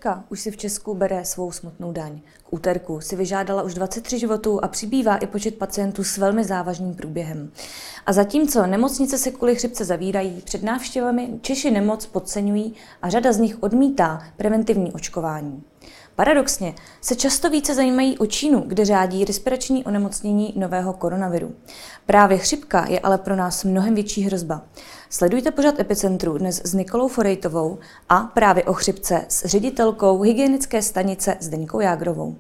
chřipka už si v Česku bere svou smutnou daň. K úterku si vyžádala už 23 životů a přibývá i počet pacientů s velmi závažným průběhem. A zatímco nemocnice se kvůli chřipce zavírají, před návštěvami Češi nemoc podceňují a řada z nich odmítá preventivní očkování. Paradoxně se často více zajímají o Čínu, kde řádí respirační onemocnění nového koronaviru. Právě chřipka je ale pro nás mnohem větší hrozba. Sledujte pořad Epicentru dnes s Nikolou Forejtovou a právě o chřipce s ředitelkou hygienické stanice Zdeňkou Jágrovou.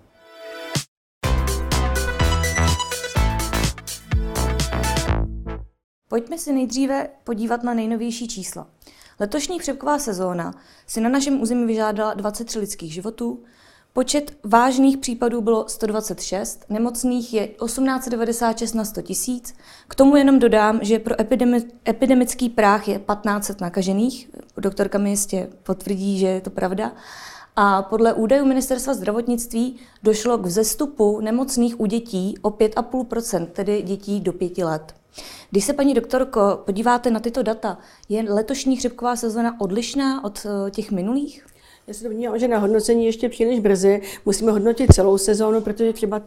Pojďme si nejdříve podívat na nejnovější čísla. Letošní chřipková sezóna si na našem území vyžádala 23 lidských životů, počet vážných případů bylo 126, nemocných je 1896 na 100 000. K tomu jenom dodám, že pro epidemický práh je 1500 nakažených. Doktorka mi jistě potvrdí, že je to pravda. A podle údajů Ministerstva zdravotnictví došlo k vzestupu nemocných u dětí o 5,5%, tedy dětí do 5 let. Když se, paní doktorko, podíváte na tyto data, je letošní chřipková sezóna odlišná od těch minulých? Já se domnívám, že na hodnocení ještě příliš brzy. Musíme hodnotit celou sezónu, protože třeba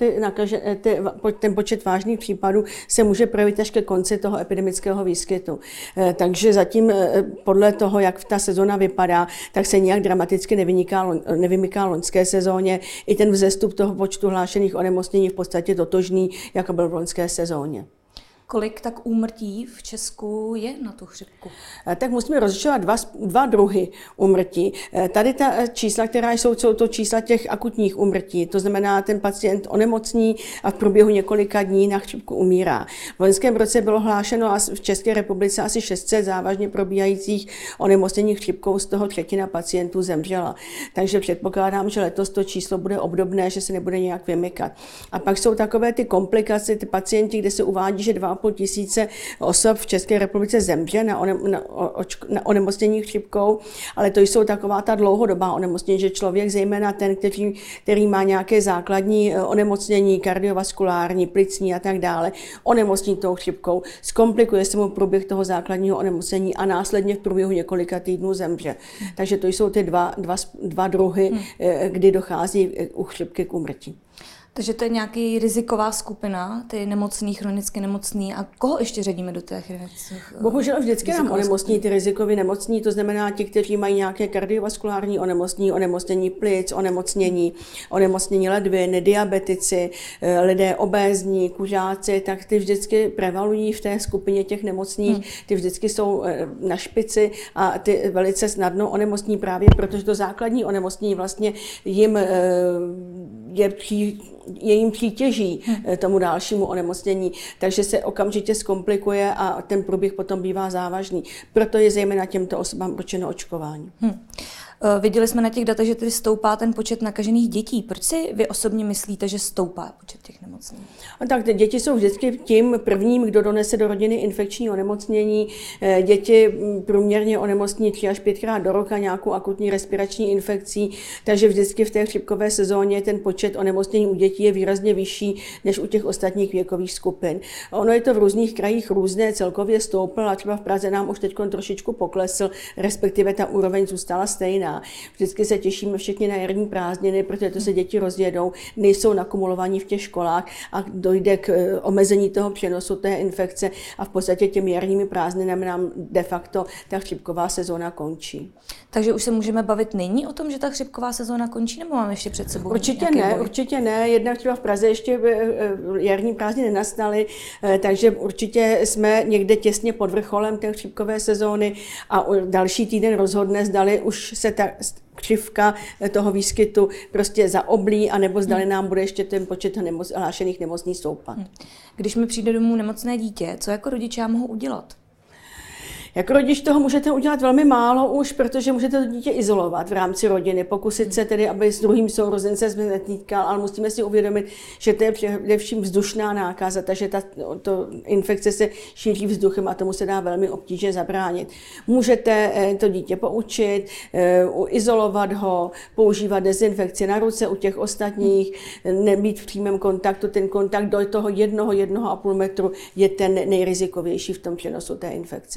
ten počet vážných případů se může projevit až ke konci toho epidemického výskytu. Takže zatím podle toho, jak ta sezóna vypadá, tak se nijak dramaticky nevymyká loňské sezóně. I ten vzestup toho počtu hlášených onemocnění je v podstatě totožný, jako byl v loňské sezóně. Kolik tak úmrtí v Česku je na tu chřipku? Tak musíme rozlišovat dva druhy úmrtí. Tady ta čísla, která jsou to čísla těch akutních úmrtí, to znamená, ten pacient onemocní a v průběhu několika dní na chřipku umírá. V loňském roce bylo hlášeno v České republice asi 600 závažně probíhajících onemocnění chřipkou, z toho třetina pacientů zemřela. Takže předpokládám, že letos to číslo bude obdobné, že se nebude nějak vymykat. A pak jsou takové ty komplikace, ty pacienti, kde se uvádí, že 2,5 tisíce osob v České republice zemře na onemocnění chřipkou, ale to jsou taková ta dlouhodobá onemocnění, že člověk, zejména ten, který má nějaké základní onemocnění, kardiovaskulární, plicní a tak dále, onemocní tou chřipkou, zkomplikuje se mu průběh toho základního onemocnění a následně v průběhu několika týdnů zemře. Takže to jsou ty dva druhy, kdy dochází u chřipky k úmrtí. Takže to je nějaký riziková skupina, ty nemocný, chronicky nemocný. A koho ještě řadíme do těch rizikových? Bohužel vždycky nám onemocní ty rizikově nemocní, to znamená ti, kteří mají nějaké kardiovaskulární onemocnění plic, onemocnění ledvin, diabetici, lidé obézní, kuřáci, tak ty vždycky prevalují v té skupině těch nemocných, ty vždycky jsou na špici a ty velice snadno onemocní právě, protože to základní onemocnění vlastně jim je jim přítěží tomu dalšímu onemocnění, takže se okamžitě zkomplikuje a ten průběh potom bývá závažný. Proto je zejména těmto osobám určeno očkování. Viděli jsme na těch datech, že tedy stoupá ten počet nakažených dětí. Proč si vy osobně myslíte, že stoupá počet těch nemocných? Tak ty děti jsou vždycky tím prvním, kdo donese do rodiny infekční onemocnění. Děti průměrně onemocní 3 až 5krát do roka nějakou akutní respirační infekcí, takže vždycky v té chřipkové sezóně ten počet onemocnění u dětí je výrazně vyšší než u těch ostatních věkových skupin. Ono je to v různých krajích různé, celkově stoupl a třeba v Praze nám už teď trošičku poklesl, respektive ta úroveň zůstala stejná. Vždycky se těšíme všichni na jarní prázdniny, protože to se děti rozjedou, nejsou nakumulovaní v těch školách a dojde k omezení toho přenosu té infekce a v podstatě těmi jarními prázdninami nám de facto ta chřipková sezóna končí. Takže už se můžeme bavit nyní o tom, že ta chřipková sezóna končí, nebo máme ještě před sebou? Určitě ne. Jednak třeba v Praze ještě jarní prázdniny nenastaly, takže určitě jsme někde těsně pod vrcholem té chřipkové sezóny a další týden rozhodne, zdali už se ta křivka toho výskytu prostě zaoblí, anebo zdali nám bude ještě ten počet hlášených nemocných stoupat. Když mi přijde domů nemocné dítě, co jako rodiče já mohu udělat? Jako rodič toho můžete udělat velmi málo už, protože můžete to dítě izolovat v rámci rodiny, pokusit se tedy, aby s druhým sourozencem se netýkal, ale musíme si uvědomit, že to je především vzdušná nákaza, takže to infekce se šíří vzduchem a tomu se dá velmi obtížně zabránit. Můžete to dítě poučit, izolovat ho, používat dezinfekci na ruce u těch ostatních, nebýt v přímém kontaktu, ten kontakt do toho 1,5 metru je ten nejrizikovější v tom přenosu té infekce.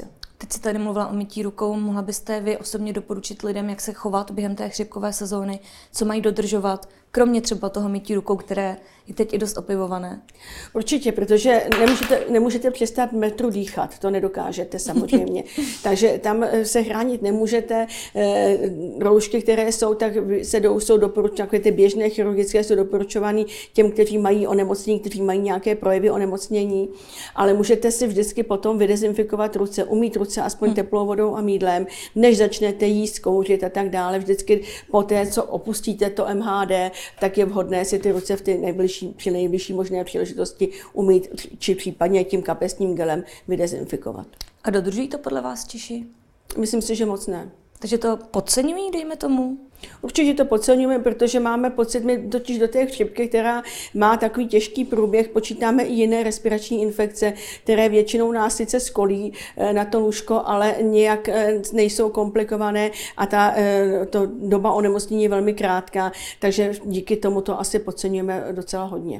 Teď si tady mluvila o mytí rukou, mohla byste vy osobně doporučit lidem, jak se chovat během té chřipkové sezóny, co mají dodržovat, kromě třeba toho mytí rukou, které je teď i dost opivované? Určitě, protože nemůžete přestat metru dýchat, to nedokážete samozřejmě. Takže tam se chránit nemůžete. Roušky, které jsou, tak jsou doporučovány, ty běžné chirurgické jsou doporučovány těm, kteří mají onemocnění, kteří mají nějaké projevy onemocnění, ale můžete si vždycky potom vydezinfikovat ruce, umýt ruce aspoň teplou vodou a mýdlem, než začnete jíst, kouřit a tak dále. Vždycky po té, co opustíte to MHD, tak je vhodné si ty ruce při nejbližší možné příležitosti umýt, či případně tím kapesním gelem vydezinfikovat. A dodržují to podle vás Češi? Myslím si, že moc ne. Takže to podceňují, dejme tomu? Určitě to podceňujeme, protože máme pocit, my totiž do té chřipky, která má takový těžký průběh, počítáme i jiné respirační infekce, které většinou nás sice skolí na to lůžko, ale nějak nejsou komplikované a ta doba onemocnění je velmi krátká, takže díky tomu to asi podceňujeme docela hodně.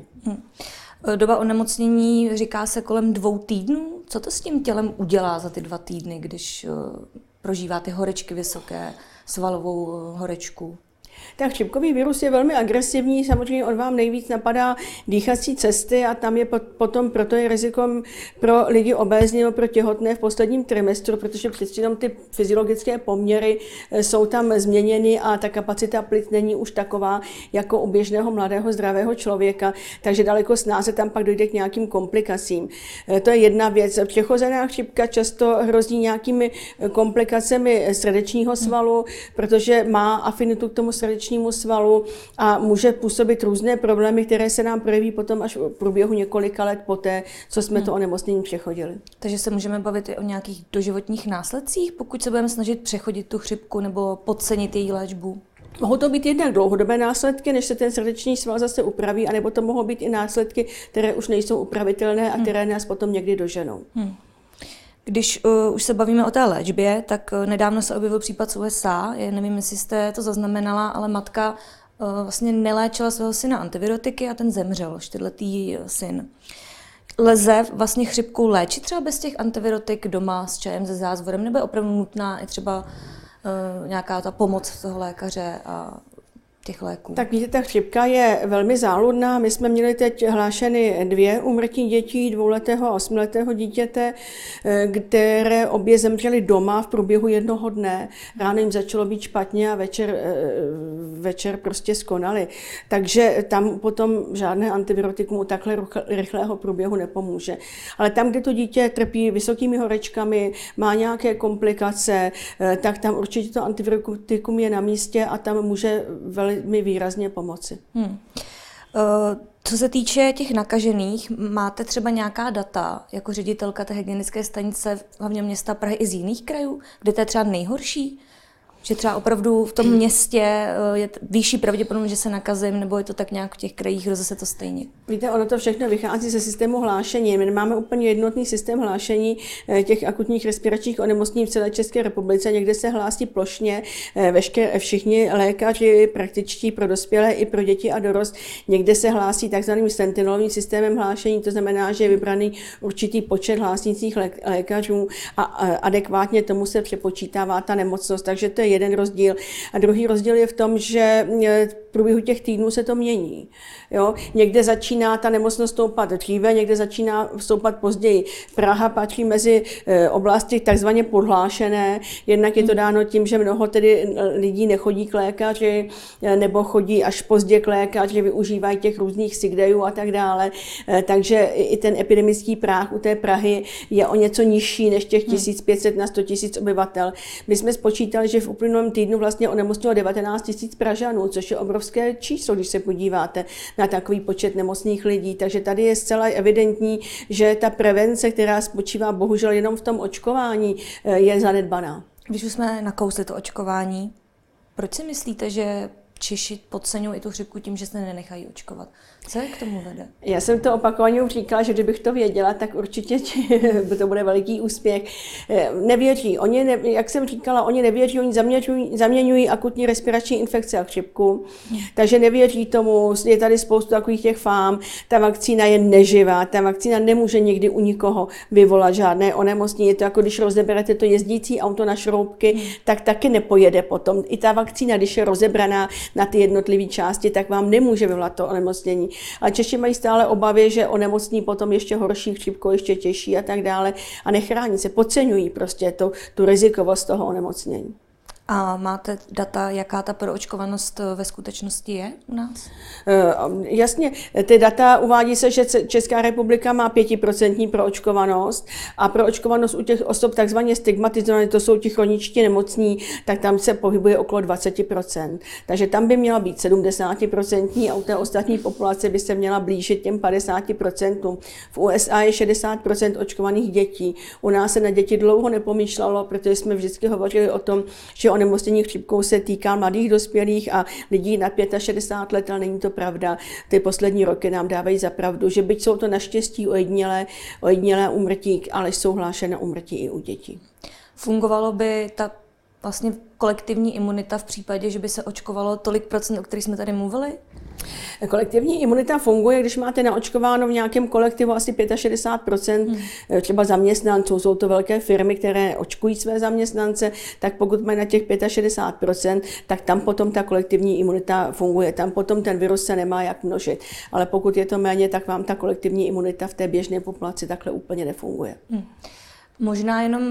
Doba onemocnění říká se kolem 2 týdnů. Co to s tím tělem udělá za ty 2 týdny, když prožívá ty horečky vysoké, svalovou horečku? Tak chřipkový virus je velmi agresivní, samozřejmě on vám nejvíc napadá dýchací cesty a tam je potom, proto je rizikom pro lidi obézní nebo pro těhotné v posledním trimestru, protože přeci jenom ty fyziologické poměry jsou tam změněny a ta kapacita plic není už taková jako u běžného mladého zdravého člověka, takže daleko snáze tam pak dojde k nějakým komplikacím. To je jedna věc. Přechozená chřipka často hrozí nějakými komplikacemi srdečního svalu, protože má afinitu k tomu srdečnímu svalu a může působit různé problémy, které se nám projeví potom až v průběhu několika let poté, co jsme to onemocnění přechodili. Takže se můžeme bavit i o nějakých doživotních následcích, pokud se budeme snažit přechodit tu chřipku nebo podcenit její léčbu? Mohou to být jednak dlouhodobé následky, než se ten srdeční sval zase upraví, anebo to mohou být i následky, které už nejsou upravitelné a které nás potom někdy doženou. Když už se bavíme o té léčbě, tak nedávno se objevil případ z USA. Nevím, jestli jste to zaznamenala, ale matka vlastně neléčila svého syna antivirotiky a ten zemřel, 4letý syn. Lze vlastně chřipku léčit třeba bez těch antivirotik doma s čajem se zázvorem, nebo je opravdu nutná i třeba nějaká ta pomoc toho lékaře a těch léků? Tak víte, ta chřipka je velmi záludná. My jsme měli teď hlášeny 2 úmrtí dětí, 2letého a 8letého dítěte, které obě zemřely doma v průběhu jednoho dne. Ráno jim začalo být špatně a večer prostě skonali. Takže tam potom žádné antivirotikum u takhle rychlého průběhu nepomůže. Ale tam, kde to dítě trpí vysokými horečkami, má nějaké komplikace, tak tam určitě to antivirotikum je na místě a tam může velmi výrazně pomoci. Co se týče těch nakažených, máte třeba nějaká data jako ředitelka té hygienické stanice hlavně města Prahy i z jiných krajů, kde to je třeba nejhorší? Že třeba opravdu v tom městě je vyšší pravděpodobnost, že se nakazím, nebo je to tak nějak v těch krajích, kde se to stejně? Víte, ono to všechno vychází ze systému hlášení. My máme úplně jednotný systém hlášení těch akutních respiračních onemocnění v celé České republice. Někde se hlásí plošně všichni lékaři, praktičtí pro dospělé i pro děti a dorost. Někde se hlásí takzvaným sentinelovým systémem hlášení, to znamená, že je vybraný určitý počet hlásících lékařů a adekvátně tomu se přepočítává ta nemocnost. Takže to je jeden rozdíl. A druhý rozdíl je v tom, že v průběhu těch týdnů se to mění. Jo? Někde začíná ta nemocnost stoupat dříve, někde začíná stoupat později. Praha patří mezi oblasti takzvaně podhlášené. Jednak je to dáno tím, že mnoho tedy lidí nechodí k lékaři, nebo chodí až pozdě k lékaři, využívají těch různých sick dayů a tak dále. Takže i ten epidemický práh u té Prahy je o něco nižší než těch 1500 na 100 000 obyvatel. My jsme spočítali, že v uplynulém týdnu vlastně onemocnilo 19 000 Pražanů, což je obrovské číslo, když se podíváte na takový počet nemocných lidí. Takže tady je zcela evidentní, že ta prevence, která spočívá bohužel jenom v tom očkování, je zanedbaná. Když už jsme nakousli to očkování, proč si myslíte, že Češi podceňují i tu chřipku tím, že se nenechají očkovat. Co je k tomu vede? Já jsem to opakovaně už říkala, že kdybych to věděla, tak určitě to bude veliký úspěch. Nevěří. Jak jsem říkala, oni nevěří, oni zaměňují akutní respirační infekce a chřipku, takže nevěří tomu. Je tady spoustu takových těch fám. Ta vakcína je neživá, ta vakcína nemůže nikdy u nikoho vyvolat žádné onemocnění. Je to jako když rozeberete to jezdící auto na šroubky, tak taky nepojede potom. I ta vakcína, když je rozebraná na ty jednotlivé části, tak vám nemůže vyvolat to onemocnění. Ale Češi mají stále obavy, že onemocní potom ještě horší chřipkou, ještě těžší a tak dále a nechrání se, podceňují prostě tu rizikovost toho onemocnění. A máte data, jaká ta proočkovanost ve skutečnosti je u nás? Jasně, ty data uvádí se, že Česká republika má 5% proočkovanost a proočkovanost u těch osob takzvaně stigmatizovaných, to jsou ti chroničtí nemocní, tak tam se pohybuje okolo 20%. Takže tam by měla být 70% a u té ostatní populace by se měla blížit těm 50%. V USA je 60% očkovaných dětí. U nás se na děti dlouho nepomýšlelo, protože jsme vždycky hovořili o tom, že onemocnění chřipkou se týká mladých dospělých a lidí nad 65 let, ale není to pravda. Ty poslední roky nám dávají za pravdu, že byť jsou to naštěstí ojedinělé úmrtí, ale jsou hlášené úmrtí i u dětí. Fungovalo by ta vlastně kolektivní imunita v případě, že by se očkovalo tolik procent, o kterých jsme tady mluvili? Kolektivní imunita funguje, když máte naočkováno v nějakém kolektivu asi 65%, třeba zaměstnanců, jsou to velké firmy, které očkují své zaměstnance, tak pokud mají na těch 65%, tak tam potom ta kolektivní imunita funguje, tam potom ten virus se nemá jak množit. Ale pokud je to méně, tak vám ta kolektivní imunita v té běžné populaci takhle úplně nefunguje. Možná jenom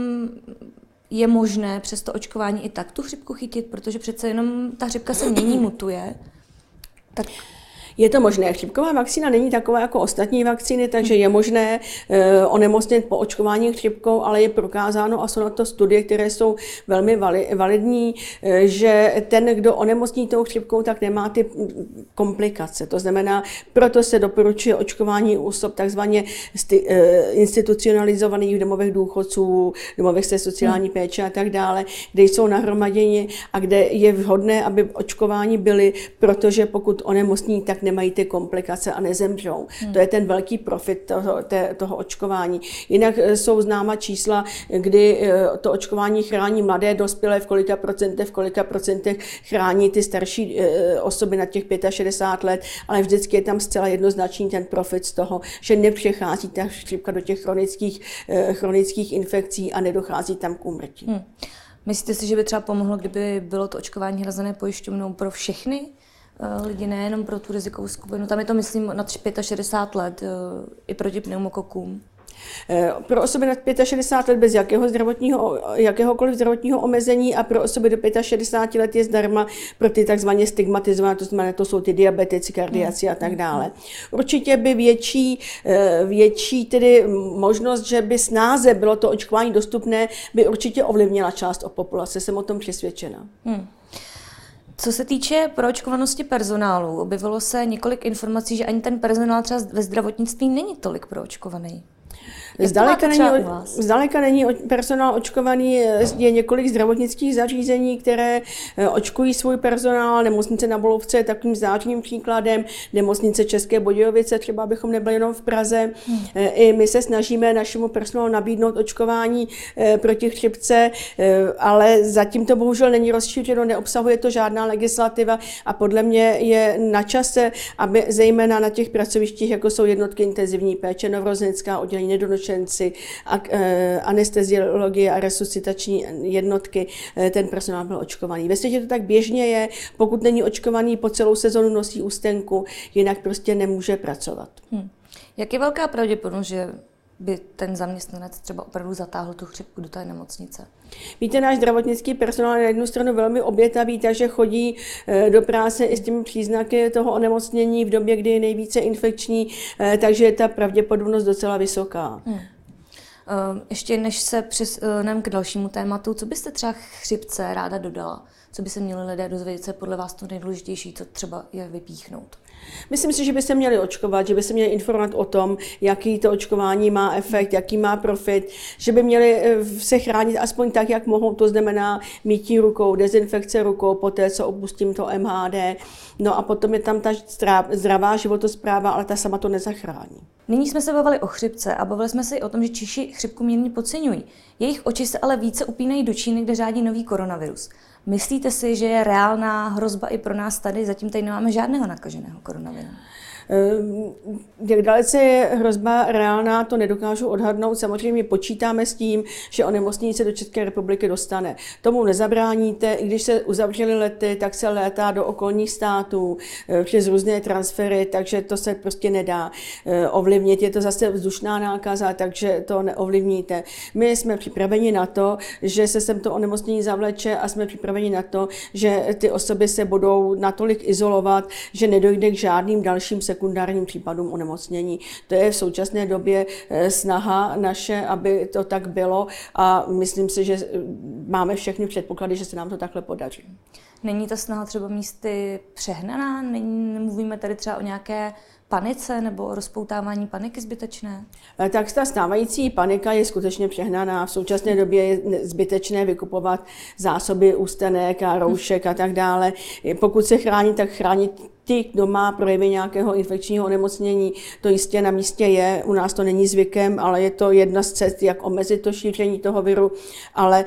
je možné přes to očkování i tak tu chřipku chytit, protože přece jenom ta chřipka se mění, mutuje. Tak je to možné. Chřipková vakcína není taková jako ostatní vakcíny, takže je možné onemocnit po očkování chřipkou, ale je prokázáno, a jsou na to studie, které jsou velmi validní, že ten, kdo onemocní tou chřipkou, tak nemá ty komplikace. To znamená, proto se doporučuje očkování u osob takzvaně institucionalizovaných domových důchodců, domovech se sociální péče a tak dále, kde jsou nahromaděni a kde je vhodné, aby očkování byly, protože pokud onemocní, tak nemají ty komplikace a nezemřou. To je ten velký profit toho očkování. Jinak jsou známa čísla, kdy to očkování chrání mladé dospělé, v kolika procentech chrání ty starší osoby na těch 65 let, ale vždycky je tam zcela jednoznačný ten profit z toho, že nepřechází ta chřipka do těch chronických infekcí a nedochází tam k úmrtí. Myslíte si, že by třeba pomohlo, kdyby bylo to očkování hrazené pojišťovnou pro všechny lidi, nejenom pro tu rizikovou skupinu? Tam je to, myslím, nad 65 let i proti pneumokokům. Pro osoby nad 65 let bez jakéhokoliv zdravotního omezení a pro osoby do 65 let je zdarma pro ty takzvaně stigmatizované, to znamená, to jsou ty diabetici, kardiaci a tak dále. Určitě by větší tedy možnost, že by snáze bylo to očkování dostupné, by určitě ovlivnila část populace, jsem o tom přesvědčena. Co se týče proočkovanosti personálu, objevilo se několik informací, že ani ten personál třeba ve zdravotnictví není tolik proočkovaný. Zdaleka není personál očkovaný, je několik zdravotnických zařízení, které očkují svůj personál. Nemocnice Na Bulovce je takovým zářným příkladem, nemocnice České Budějovice, třeba abychom nebyli jenom v Praze. I my se snažíme našemu personálu nabídnout očkování proti chřipce, ale zatím to bohužel není rozšířeno, neobsahuje to žádná legislativa a podle mě je na čase, aby zejména na těch pracovištích, jako jsou jednotky intenzivní péče, novorozenecká oddělení, nedonošenci, anesteziologie a resuscitační jednotky, ten personál byl očkovaný. Ve světě to tak běžně je, pokud není očkovaný, po celou sezonu nosí ústenku, jinak prostě nemůže pracovat. Jak je velká pravděpodobnost, že by ten zaměstnanec třeba opravdu zatáhl tu chřipku do té nemocnice? Víte, náš zdravotnický personál je na jednu stranu velmi obětavý, takže chodí do práce i s těmi příznaky toho onemocnění v době, kdy je nejvíce infekční, takže je ta pravděpodobnost docela vysoká. Ještě než se přesuneme k dalšímu tématu, co byste třeba chřipce ráda dodala? Co by se měli lidé dozvědět, co je podle vás to nejdůležitější, co třeba je vypíchnout? Myslím si, že by se měli očkovat, že by se měli informovat o tom, jaký to očkování má efekt, jaký má profit, že by měli se chránit aspoň tak, jak mohou, to znamená mýtí rukou, dezinfekce rukou, poté, co opustím to MHD. No a potom je tam ta zdravá životospráva, ale ta sama to nezachrání. Nyní jsme se bavili o chřipce a bavili jsme se i o tom, že Češi chřipku mírně podceňují. Jejich oči se ale více upínají do Číny, kde řádí nový koronavirus. Myslíte si, že je reálná hrozba i pro nás tady? Zatím tady nemáme žádného nakaženého koronavirem. Jak dalece je hrozba reálná, to nedokážu odhadnout. Samozřejmě počítáme s tím, že onemocnění se do České republiky dostane. Tomu nezabráníte, i když se uzavřely lety, tak se létá do okolních států přes různé transfery, takže to se prostě nedá ovlivnit. Je to zase vzdušná nákaza, takže to neovlivníte. My jsme připraveni na to, že se sem to onemocnění zavleče a jsme připraveni na to, že ty osoby se budou natolik izolovat, že nedojde k žádným dalším sekundárním případům onemocnění. To je v současné době snaha naše, aby to tak bylo a myslím si, že máme všechny předpoklady, že se nám to takhle podaří. Není ta snaha třeba místy přehnaná? Nemluvíme tady třeba o nějaké panice nebo o rozpoutávání paniky zbytečné? Tak ta stávající panika je skutečně přehnaná. V současné době je zbytečné vykupovat zásoby ústenek a roušek a tak dále. Pokud se chrání, tak chránit ty, kdo má projevy nějakého infekčního onemocnění, to jistě na místě je. U nás to není zvykem, ale je to jedna z cest, jak omezit to šíření toho viru. Ale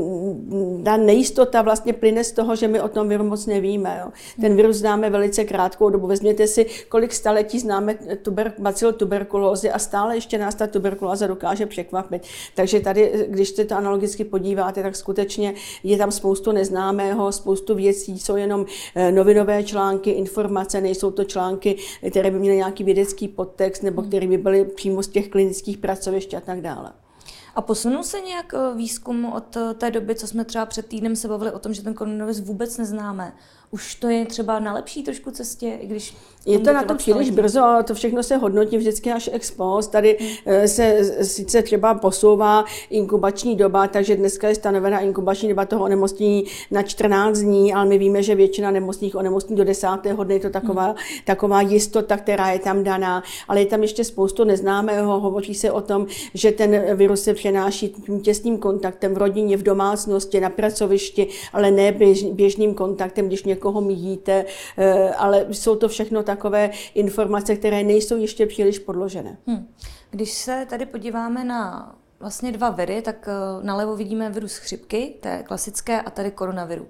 ta nejistota vlastně plyne z toho, že my o tom viru moc nevíme. Jo. Ten virus známe velice krátkou dobu. Vezměte si, kolik staletí známe bacil tuberkulózy a stále ještě nás ta tuberkulóza dokáže překvapit. Takže tady, když se to analogicky podíváte, tak skutečně je tam spoustu neznámého, spoustu věcí, jsou jenom novinové články, informace, nejsou to články, které by měly nějaký vědecký podtext nebo které by byly přímo z těch klinických pracovišť a tak dále. A posunul se nějak výzkum od té doby, co jsme třeba před týdnem se bavili o tom, že ten koronavirus vůbec neznáme? Už to je třeba na lepší trošku cestě, i když... Je to na to příliš brzo, to všechno se hodnotí vždycky až ex post. Tady se sice třeba posouvá inkubační doba, takže dneska je stanovena inkubační doba toho onemocnění na 14 dní, ale my víme, že většina nemocných onemocní do 10. dne, je to taková jistota, která je tam daná, ale je tam ještě spoustu neznámého. Hovoří se o tom, že ten virus se přenáší tím těsným kontaktem v rodině, v domácnosti, na pracovišti, ale ne běžným kontaktem, když někoho míjíte, ale jsou to všechno takové informace, které nejsou ještě příliš podložené. Když se tady podíváme na vlastně dva viry, tak nalevo vidíme virus chřipky, té klasické, a tady koronaviru.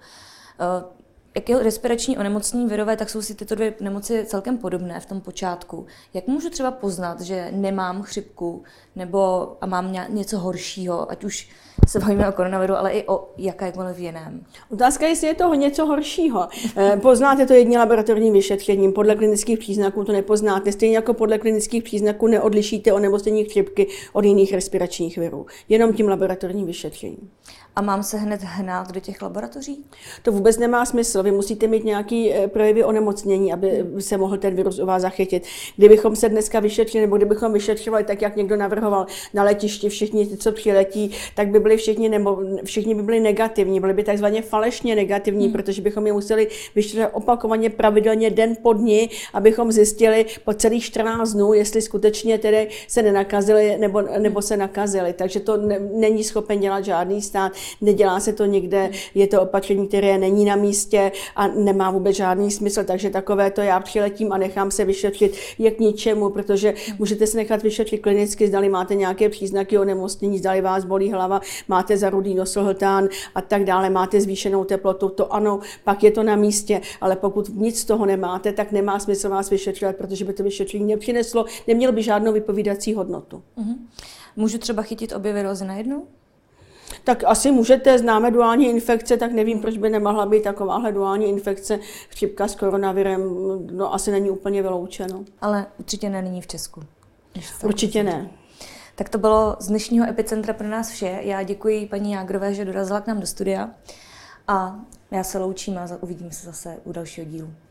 Jak je respirační onemocnění virové, tak jsou si tyto dvě nemoci celkem podobné v tom počátku. Jak můžu třeba poznat, že nemám chřipku a mám něco horšího, ať už se bavíme o koronaviru, ale i o jakékoliv jiném? Otázka je, jestli je toho něco horšího. Poznáte to jedním laboratorním vyšetřením, podle klinických příznaků to nepoznáte, stejně jako podle klinických příznaků neodlišíte onemocnění chřipky od jiných respiračních virů, jenom tím laboratorním vyšetřením. A mám se hned hnát do těch laboratoří? To vůbec nemá smysl. Vy musíte mít nějaký projevy onemocnění, aby se mohl ten virus u vás zachytit. Kdybychom se dneska vyšetřili, nebo kdybychom vyšetřovali tak, jak někdo navrhoval na letišti, všichni, co přiletí, tak by byli všichni by byli negativní, byli by takzvaně falešně negativní, protože bychom je museli vyšetřovat opakovaně, pravidelně, den po dni, abychom zjistili po celých 14 dnů, jestli skutečně tedy se nenakazili nebo se nakazili. Takže to není schopen dělat žádný stát. Nedělá se to někde, je to opatření, které není na místě a nemá vůbec žádný smysl, takže takové to já přiletím a nechám se vyšetřit je k ničemu, protože můžete se nechat vyšetřit klinicky, zdali máte nějaké příznaky onemocnění, zdali vás bolí hlava, máte zarudý nosohltán a tak dále, máte zvýšenou teplotu, to ano, pak je to na místě, ale pokud nic z toho nemáte, tak nemá smysl vás vyšetřovat, protože by to vyšetření nepřineslo, nemělo by žádnou vypovídací hodnotu. Můžu třeba chytit obě virózy najednou? Tak asi můžete, známe duální infekce, tak nevím, proč by nemohla být takováhle duální infekce, chřipka s koronavirem, no asi není úplně vyloučeno. Ale určitě není v Česku. Určitě ne. Tak to bylo z dnešního Epicentra pro nás vše. Já děkuji paní Jágrové, že dorazila k nám do studia a já se loučím a uvidíme se zase u dalšího dílu.